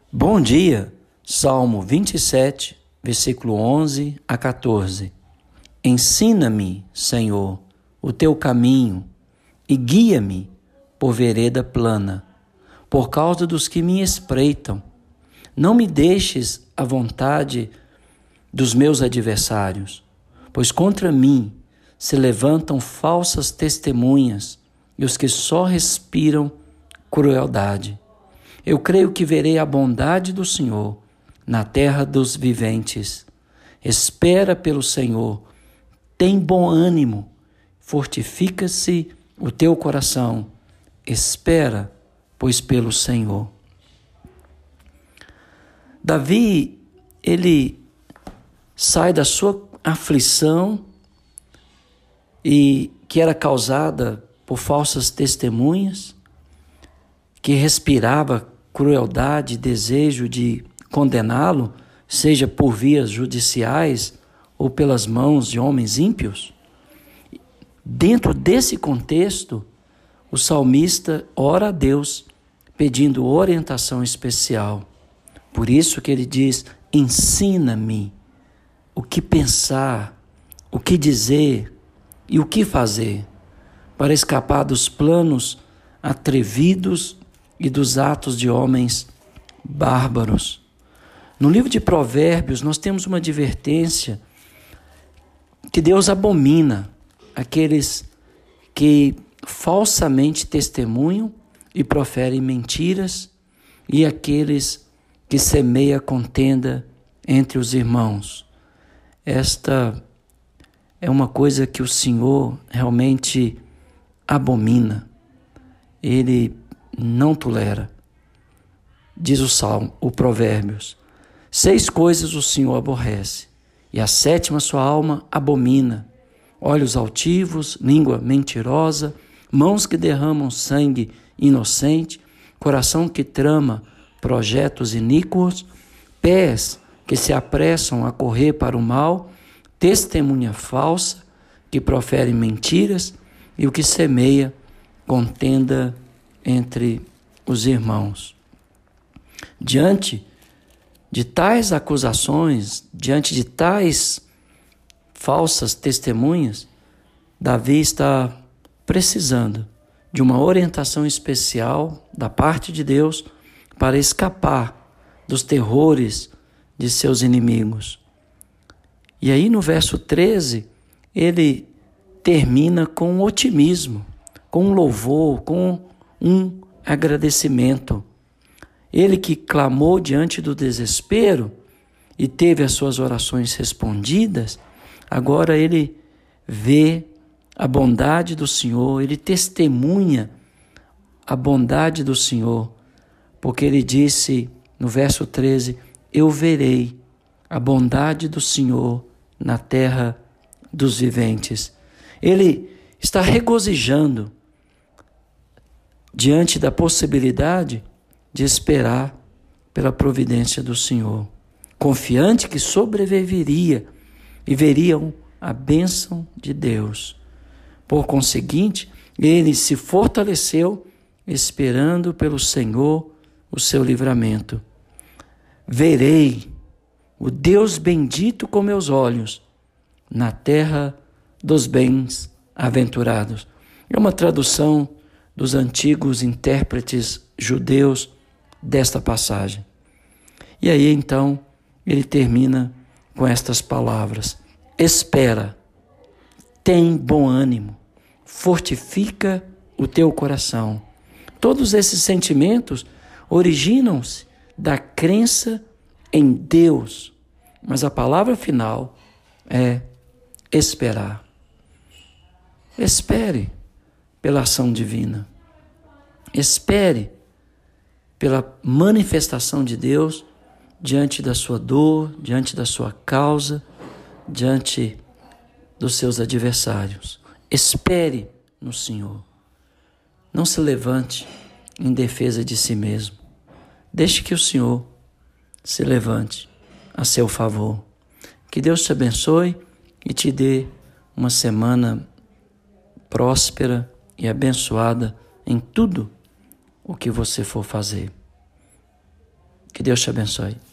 Bom dia, Salmo 27, versículo 11 a 14. Ensina-me, Senhor, o teu caminho e guia-me por vereda plana, por causa dos que me espreitam. Não me deixes à vontade dos meus adversários, pois contra mim se levantam falsas testemunhas e os que só respiram crueldade. Eu creio que verei a bondade do Senhor na terra dos viventes. Espera pelo Senhor, tem bom ânimo, fortifica-se o teu coração. Espera, pois, pelo Senhor. Davi, ele sai da sua aflição e que era causada por falsas testemunhas, que respirava crueldade e desejo de condená-lo, seja por vias judiciais ou pelas mãos de homens ímpios. Dentro desse contexto, o salmista ora a Deus pedindo orientação especial. Por isso que ele diz: ensina-me o que pensar, o que dizer e o que fazer, para escapar dos planos atrevidos e dos atos de homens bárbaros. No livro de Provérbios, nós temos uma advertência que Deus abomina aqueles que falsamente testemunham e proferem mentiras e aqueles que semeiam contenda entre os irmãos. Esta é uma coisa que o Senhor realmente abomina. Ele não tolera. Diz o Provérbios: 6 coisas o Senhor aborrece, e a 7ª sua alma abomina: olhos altivos, língua mentirosa, mãos que derramam sangue inocente, coração que trama projetos iníquos, pés que se apressam a correr para o mal, testemunha falsa, que profere mentiras, e o que semeia contenda entre os irmãos. Diante de tais acusações, diante de tais falsas testemunhas, Davi está precisando de uma orientação especial da parte de Deus para escapar dos terrores de seus inimigos. E aí no verso 13, ele termina com otimismo, com um louvor, com um agradecimento. Ele que clamou diante do desespero e teve as suas orações respondidas, agora ele vê a bondade do Senhor, ele testemunha a bondade do Senhor, porque ele disse no verso 13: eu verei a bondade do Senhor na terra dos viventes. Ele está regozijando diante da possibilidade de esperar pela providência do Senhor, confiante que sobreviveria e veriam a bênção de Deus. Por conseguinte, ele se fortaleceu esperando pelo Senhor o seu livramento. Verei o Deus bendito com meus olhos na terra dos bem-aventurados. É uma tradução dos antigos intérpretes judeus desta passagem. E aí então ele termina com estas palavras: espera, tem bom ânimo, fortifica o teu coração. Todos esses sentimentos originam-se da crença em Deus, mas a palavra final é esperar. Espere pela ação divina. Espere pela manifestação de Deus diante da sua dor, diante da sua causa, diante dos seus adversários. Espere no Senhor. Não se levante em defesa de si mesmo. Deixe que o Senhor se levante a seu favor. Que Deus te abençoe e te dê uma semana próspera e abençoada em tudo o que você for fazer. Que Deus te abençoe.